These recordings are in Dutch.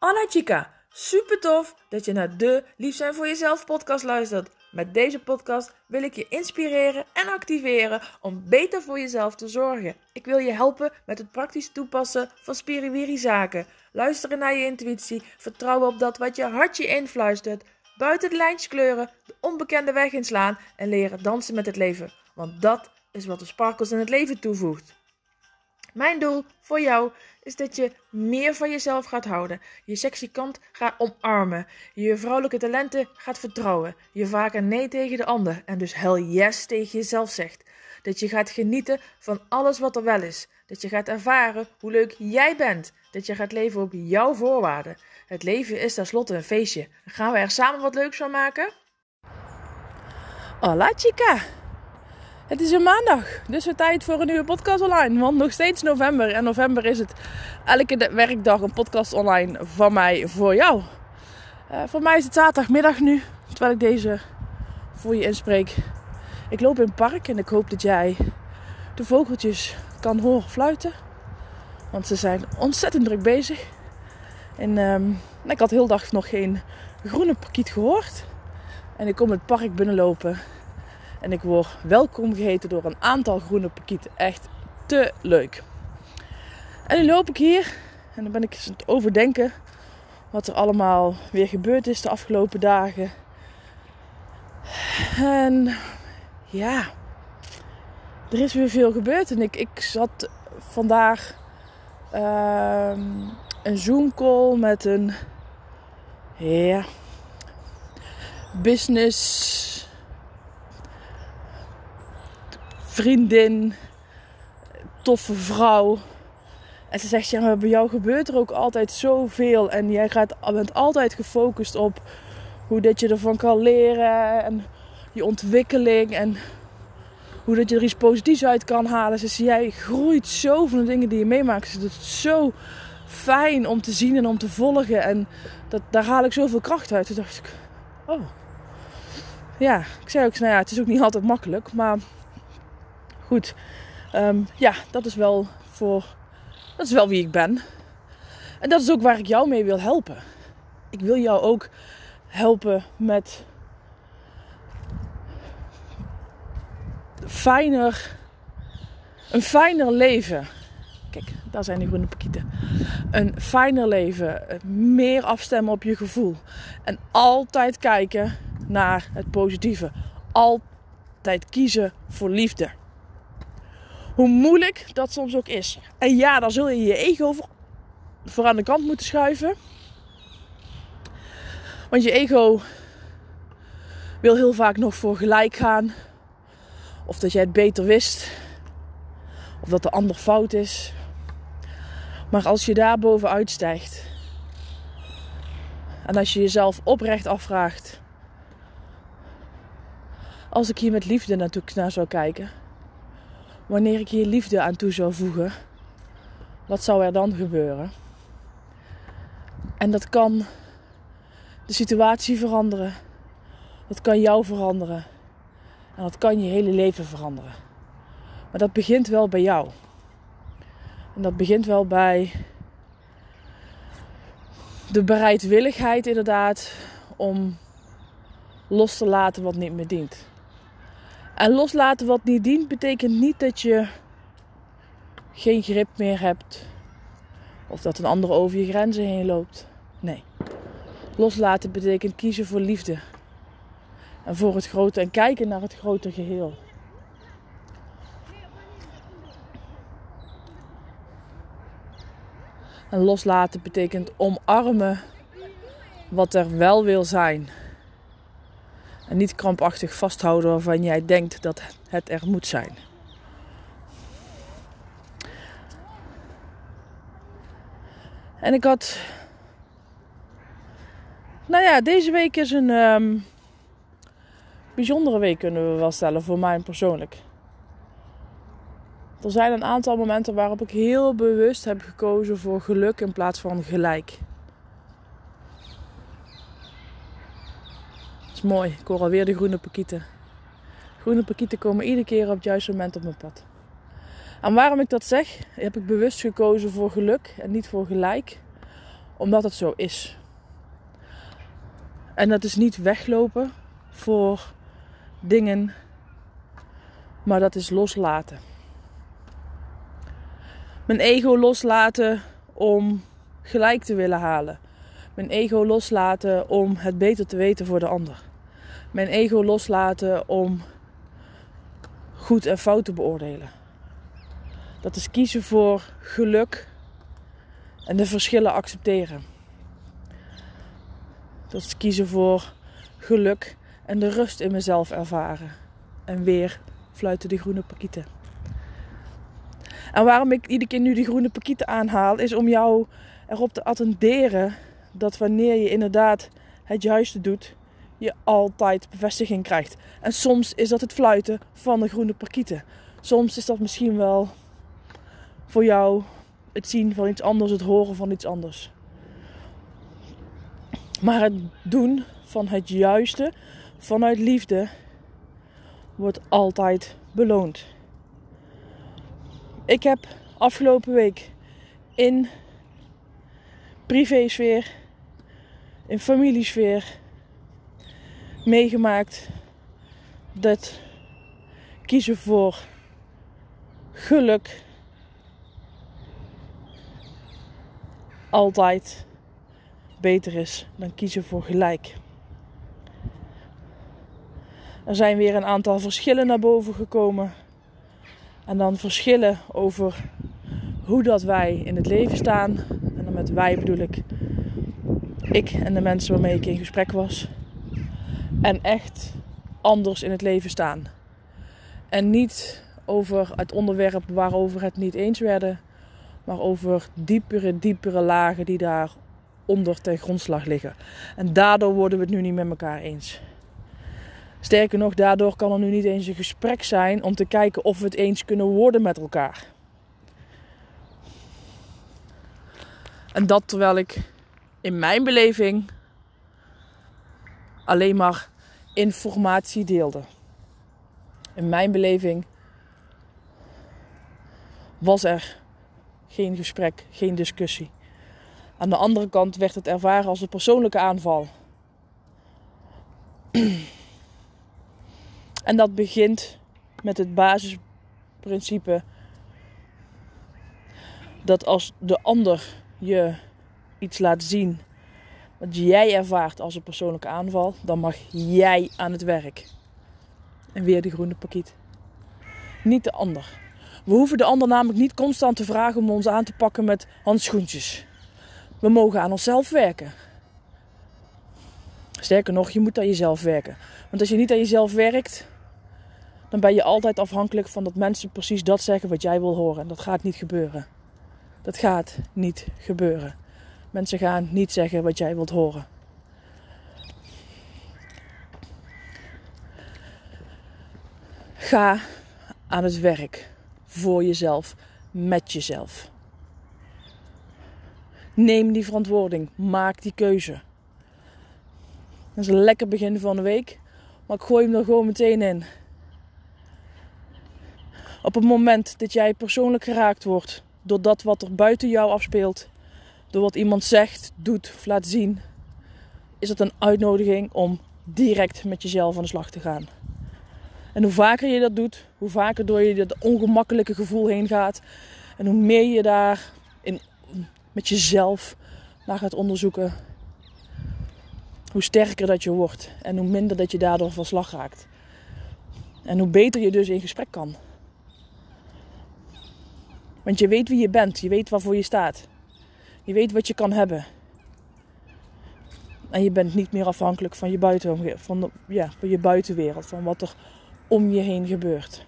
Hola chica, super tof dat je naar de Lief zijn voor jezelf podcast luistert. Met deze podcast wil ik je inspireren en activeren om beter voor jezelf te zorgen. Ik wil je helpen met het praktisch toepassen van spiriwiri zaken. Luisteren naar je intuïtie, vertrouwen op dat wat je hartje influistert. Buiten de lijntjes kleuren, de onbekende weg inslaan en leren dansen met het leven. Want dat is wat de sparkles in het leven toevoegt. Mijn doel voor jou is dat je meer van jezelf gaat houden. Je sexy kant gaat omarmen. Je vrouwelijke talenten gaat vertrouwen. Je vaker nee tegen de ander en dus hell yes tegen jezelf zegt. Dat je gaat genieten van alles wat er wel is. Dat je gaat ervaren hoe leuk jij bent. Dat je gaat leven op jouw voorwaarden. Het leven is tenslotte een feestje. Gaan we er samen wat leuks van maken? Hola chica! Het is een maandag, dus het tijd voor een nieuwe podcast online. Want nog steeds november. En november is het elke werkdag een podcast online van mij voor jou. Voor mij is het zaterdagmiddag nu, terwijl ik deze voor je inspreek. Ik loop in het park en ik hoop dat jij de vogeltjes kan horen fluiten. Want ze zijn ontzettend druk bezig. En ik had heel dag nog geen groene parkiet gehoord. En ik kom het park binnenlopen. En ik word welkom geheten door een aantal groene parkieten. Echt te leuk. En nu loop ik hier. En dan ben ik eens aan het overdenken. Wat er allemaal weer gebeurd is de afgelopen dagen. En ja. Er is weer veel gebeurd. En ik zat vandaag een Zoom call met een business vriendin, toffe vrouw. En ze zegt, ja, maar bij jou gebeurt er ook altijd zoveel. En jij bent altijd gefocust op hoe dat je ervan kan leren. En je ontwikkeling. En hoe dat je er iets positiefs uit kan halen. Ze zegt, jij groeit zo van de dingen die je meemaakt. Ze zegt, het is zo fijn om te zien en om te volgen. En daar haal ik zoveel kracht uit. Toen dacht ik, oh. Ja, ik zei ook, nou ja, het is ook niet altijd makkelijk. Maar goed, dat is wel wie ik ben. En dat is ook waar ik jou mee wil helpen. Ik wil jou ook helpen met een fijner leven. Kijk, daar zijn die groene pakieten. Een fijner leven. Meer afstemmen op je gevoel. En altijd kijken naar het positieve. Altijd kiezen voor liefde. Hoe moeilijk dat soms ook is. En ja, daar zul je je ego voor aan de kant moeten schuiven. Want je ego wil heel vaak nog voor gelijk gaan. Of dat jij het beter wist. Of dat de ander fout is. Maar als je daar bovenuit stijgt. En als je jezelf oprecht afvraagt. Als ik hier met liefde naar zou kijken. Wanneer ik hier liefde aan toe zou voegen. Wat zou er dan gebeuren? En dat kan de situatie veranderen. Dat kan jou veranderen. En dat kan je hele leven veranderen. Maar dat begint wel bij jou. En dat begint wel bij de bereidwilligheid inderdaad om los te laten wat niet meer dient. En loslaten wat niet dient betekent niet dat je geen grip meer hebt. Of dat een ander over je grenzen heen loopt. Nee. Loslaten betekent kiezen voor liefde. En voor het grote en kijken naar het grote geheel. En loslaten betekent omarmen wat er wel wil zijn. En niet krampachtig vasthouden waarvan jij denkt dat het er moet zijn. En ik had... deze week is een bijzondere week, kunnen we wel stellen, voor mij persoonlijk. Er zijn een aantal momenten waarop ik heel bewust heb gekozen voor geluk in plaats van gelijk. Dat is mooi, ik hoor alweer de groene pakieten. Groene pakieten komen iedere keer op het juiste moment op mijn pad. En waarom ik dat zeg, heb ik bewust gekozen voor geluk en niet voor gelijk. Omdat het zo is. En dat is niet weglopen voor dingen, maar dat is loslaten. Mijn ego loslaten om gelijk te willen halen. Mijn ego loslaten om het beter te weten voor de ander. Mijn ego loslaten om goed en fout te beoordelen. Dat is kiezen voor geluk en de verschillen accepteren. Dat is kiezen voor geluk en de rust in mezelf ervaren. En weer fluiten die groene pakieten. En waarom ik iedere keer nu die groene pakieten aanhaal, is om jou erop te attenderen dat wanneer je inderdaad het juiste doet, je altijd bevestiging krijgt. En soms is dat het fluiten van de groene pakieten. Soms is dat misschien wel voor jou het zien van iets anders, het horen van iets anders. Maar het doen van het juiste, vanuit liefde, wordt altijd beloond. Ik heb afgelopen week in privésfeer, in familiesfeer meegemaakt dat kiezen voor geluk altijd beter is dan kiezen voor gelijk. Er zijn weer een aantal verschillen naar boven gekomen. En dan verschillen over hoe dat wij in het leven staan. En dan met wij bedoel ik en de mensen waarmee ik in gesprek was. En echt anders in het leven staan. En niet over het onderwerp waarover het niet eens werden. Maar over diepere lagen die daaronder ten grondslag liggen. En daardoor worden we het nu niet met elkaar eens. Sterker nog, daardoor kan er nu niet eens een gesprek zijn om te kijken of we het eens kunnen worden met elkaar. En dat terwijl ik in mijn beleving alleen maar informatie deelde. In mijn beleving was er geen gesprek, geen discussie. Aan de andere kant werd het ervaren als een persoonlijke aanval. En dat begint met het basisprincipe dat als de ander je iets laat zien wat jij ervaart als een persoonlijke aanval, dan mag jij aan het werk. En weer die groene pakiet. Niet de ander. We hoeven de ander namelijk niet constant te vragen om ons aan te pakken met handschoentjes. We mogen aan onszelf werken. Sterker nog, je moet aan jezelf werken. Want als je niet aan jezelf werkt, dan ben je altijd afhankelijk van dat mensen precies dat zeggen wat jij wil horen. En dat gaat niet gebeuren. Dat gaat niet gebeuren. Mensen gaan niet zeggen wat jij wilt horen. Ga aan het werk. Voor jezelf. Met jezelf. Neem die verantwoording. Maak die keuze. Dat is een lekker begin van de week. Maar ik gooi hem er gewoon meteen in. Op het moment dat jij persoonlijk geraakt wordt door dat wat er buiten jou afspeelt, door wat iemand zegt, doet of laat zien, is het een uitnodiging om direct met jezelf aan de slag te gaan. En hoe vaker je dat doet, hoe vaker door je dat ongemakkelijke gevoel heen gaat en hoe meer je daar met jezelf naar gaat onderzoeken, hoe sterker dat je wordt en hoe minder dat je daardoor van slag raakt. En hoe beter je dus in gesprek kan. Want je weet wie je bent, je weet waarvoor je staat. Je weet wat je kan hebben. En je bent niet meer afhankelijk van je buitenwereld, van wat er om je heen gebeurt.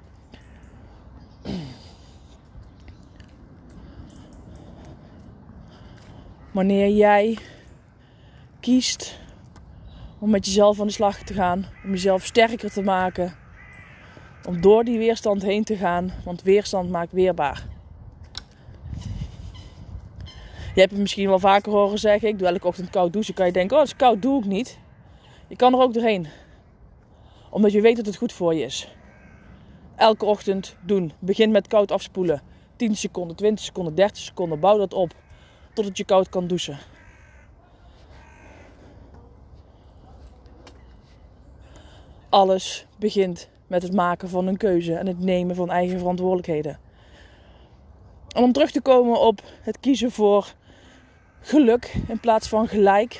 Wanneer jij kiest om met jezelf aan de slag te gaan, om jezelf sterker te maken, om door die weerstand heen te gaan, want weerstand maakt weerbaar. Je hebt het misschien wel vaker horen zeggen, ik doe elke ochtend koud douchen. Kan je denken, dat is koud, doe ik niet. Je kan er ook doorheen. Omdat je weet dat het goed voor je is. Elke ochtend doen. Begin met koud afspoelen. 10 seconden, 20 seconden, 30 seconden. Bouw dat op. tot het je koud kan douchen. Alles begint met het maken van een keuze en het nemen van eigen verantwoordelijkheden. En om terug te komen op het kiezen voor geluk in plaats van gelijk.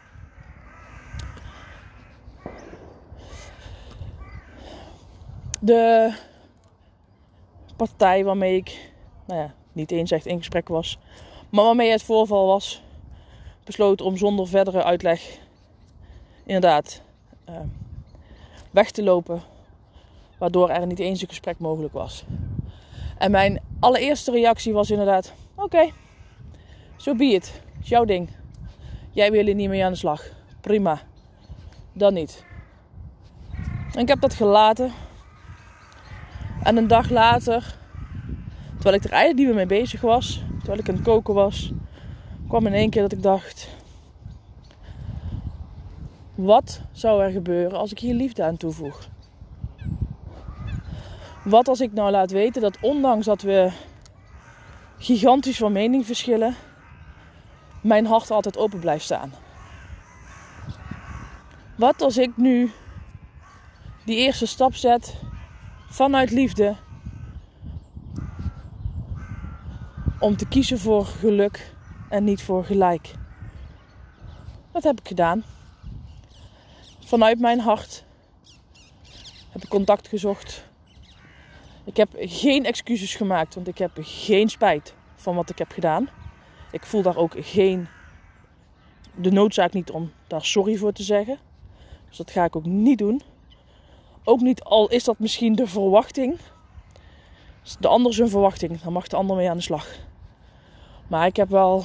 De partij waarmee ik, niet eens echt in gesprek was, maar waarmee het voorval was, besloot om zonder verdere uitleg inderdaad weg te lopen, waardoor er niet eens een gesprek mogelijk was. En mijn allereerste reactie was inderdaad, oké, so be it, is jouw ding. Jij wil hier niet mee aan de slag, prima, dan niet. En ik heb dat gelaten. En een dag later, terwijl ik er eigenlijk niet meer mee bezig was, terwijl ik aan het koken was, kwam in één keer dat ik dacht, wat zou er gebeuren als ik hier liefde aan toevoeg? Wat als ik nou laat weten dat ondanks dat we gigantisch van mening verschillen, mijn hart altijd open blijft staan? Wat als ik nu die eerste stap zet vanuit liefde om te kiezen voor geluk en niet voor gelijk? Dat heb ik gedaan. Vanuit mijn hart heb ik contact gezocht. Ik heb geen excuses gemaakt, want ik heb geen spijt van wat ik heb gedaan. Ik voel daar ook de noodzaak niet om daar sorry voor te zeggen. Dus dat ga ik ook niet doen. Ook niet, al is dat misschien de verwachting. Als de ander zijn verwachting, dan mag de ander mee aan de slag. Maar ik heb wel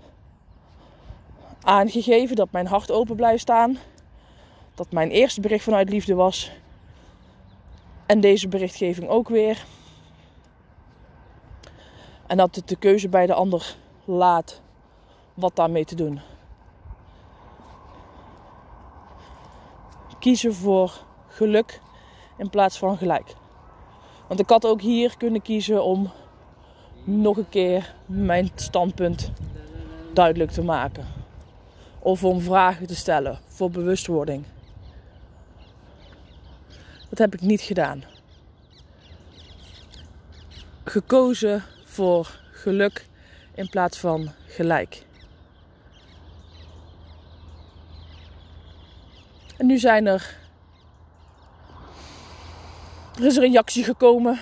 aangegeven dat mijn hart open blijft staan. Dat mijn eerste bericht vanuit liefde was. En deze berichtgeving ook weer. En dat het de keuze bij de ander laat wat daarmee te doen. Kiezen voor geluk in plaats van gelijk. Want ik had ook hier kunnen kiezen om nog een keer mijn standpunt duidelijk te maken. Of om vragen te stellen voor bewustwording. Dat heb ik niet gedaan. Gekozen voor geluk in plaats van gelijk. En nu is er een reactie gekomen.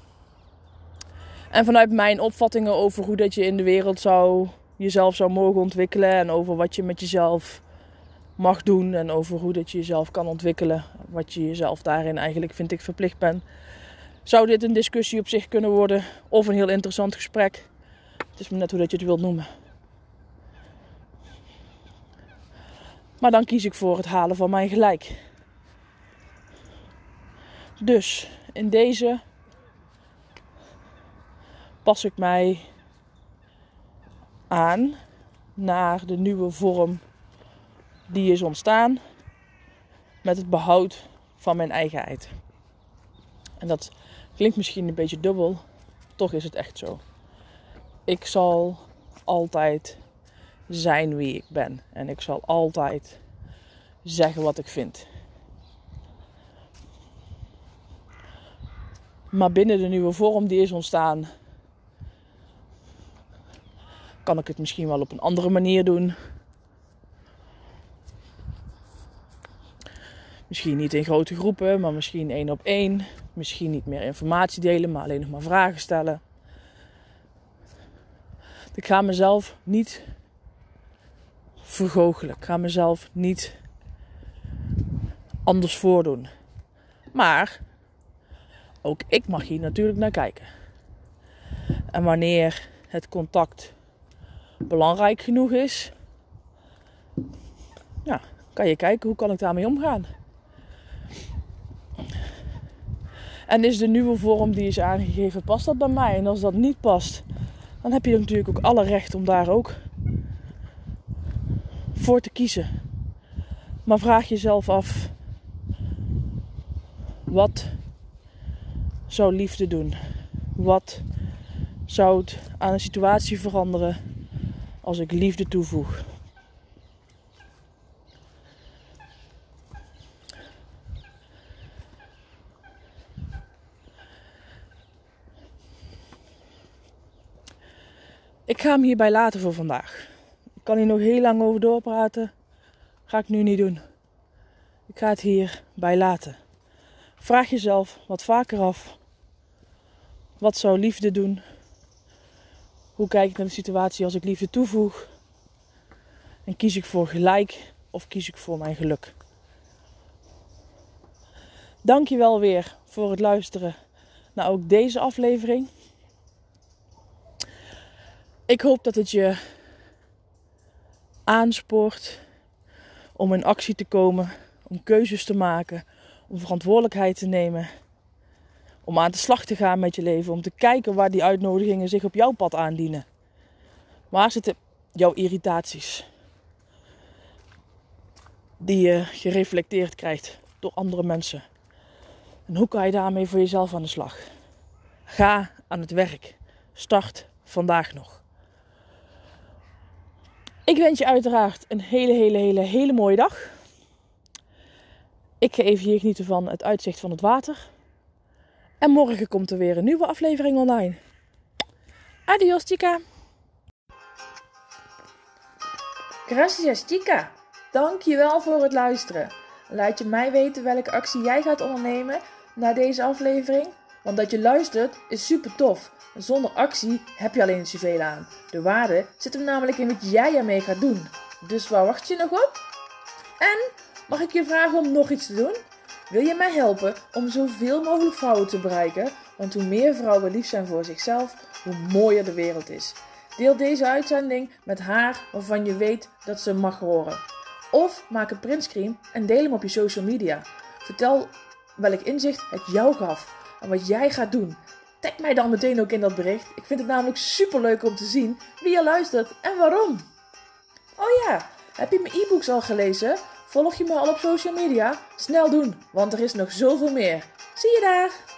En vanuit mijn opvattingen over hoe dat je in de wereld jezelf zou mogen ontwikkelen. En over wat je met jezelf mag doen. En over hoe dat je jezelf kan ontwikkelen. Wat je jezelf daarin eigenlijk, vind ik, verplicht bent. Zou dit een discussie op zich kunnen worden. Of een heel interessant gesprek. Het is maar net hoe dat je het wilt noemen. Maar dan kies ik voor het halen van mijn gelijk. Dus in deze pas ik mij aan naar de nieuwe vorm die is ontstaan met het behoud van mijn eigenheid. En dat klinkt misschien een beetje dubbel, toch is het echt zo. Ik zal altijd zijn wie ik ben en ik zal altijd zeggen wat ik vind. Maar binnen de nieuwe vorm die is ontstaan, kan ik het misschien wel op een andere manier doen. Misschien niet in grote groepen, maar misschien 1 op 1. Misschien niet meer informatie delen, maar alleen nog maar vragen stellen. Ik ga mezelf niet vergoochelen. Ik ga mezelf niet anders voordoen. Maar ook ik mag hier natuurlijk naar kijken. En wanneer het contact belangrijk genoeg is, kan je kijken hoe kan ik daarmee omgaan. En is de nieuwe vorm die is aangegeven, past dat bij mij? En als dat niet past, dan heb je natuurlijk ook alle recht om daar ook voor te kiezen. Maar vraag jezelf af, wat zou liefde doen? Wat zou het aan een situatie veranderen als ik liefde toevoeg. Ik ga hem hierbij laten voor vandaag. Ik kan hier nog heel lang over doorpraten. Ga ik nu niet doen. Ik ga het hierbij laten. Vraag jezelf wat vaker af. Wat zou liefde doen? Hoe kijk ik naar de situatie als ik liefde toevoeg? En kies ik voor gelijk of kies ik voor mijn geluk? Dank je wel weer voor het luisteren naar ook deze aflevering. Ik hoop dat het je aanspoort om in actie te komen, om keuzes te maken, om verantwoordelijkheid te nemen, om aan de slag te gaan met je leven, om te kijken waar die uitnodigingen zich op jouw pad aandienen. Waar zitten jouw irritaties die je gereflecteerd krijgt door andere mensen? En hoe kan je daarmee voor jezelf aan de slag? Ga aan het werk. Start vandaag nog. Ik wens je uiteraard een hele mooie dag. Ik ga even hier genieten van het uitzicht van het water. En morgen komt er weer een nieuwe aflevering online. Adios, chica. Gracias, chica. Dankjewel voor het luisteren. Laat je mij weten welke actie jij gaat ondernemen na deze aflevering. Want dat je luistert is super tof. Zonder actie heb je alleen niet zoveel aan. De waarde zit hem namelijk in wat jij ermee gaat doen. Dus waar wacht je nog op? En mag ik je vragen om nog iets te doen? Wil je mij helpen om zoveel mogelijk vrouwen te bereiken? Want hoe meer vrouwen lief zijn voor zichzelf, hoe mooier de wereld is. Deel deze uitzending met haar waarvan je weet dat ze mag horen. Of maak een printscreen en deel hem op je social media. Vertel welk inzicht het jou gaf en wat jij gaat doen. Tag mij dan meteen ook in dat bericht. Ik vind het namelijk super leuk om te zien wie je luistert en waarom. Oh ja, heb je mijn e-books al gelezen? Volg je me al op social media? Snel doen, want er is nog zoveel meer. Zie je daar!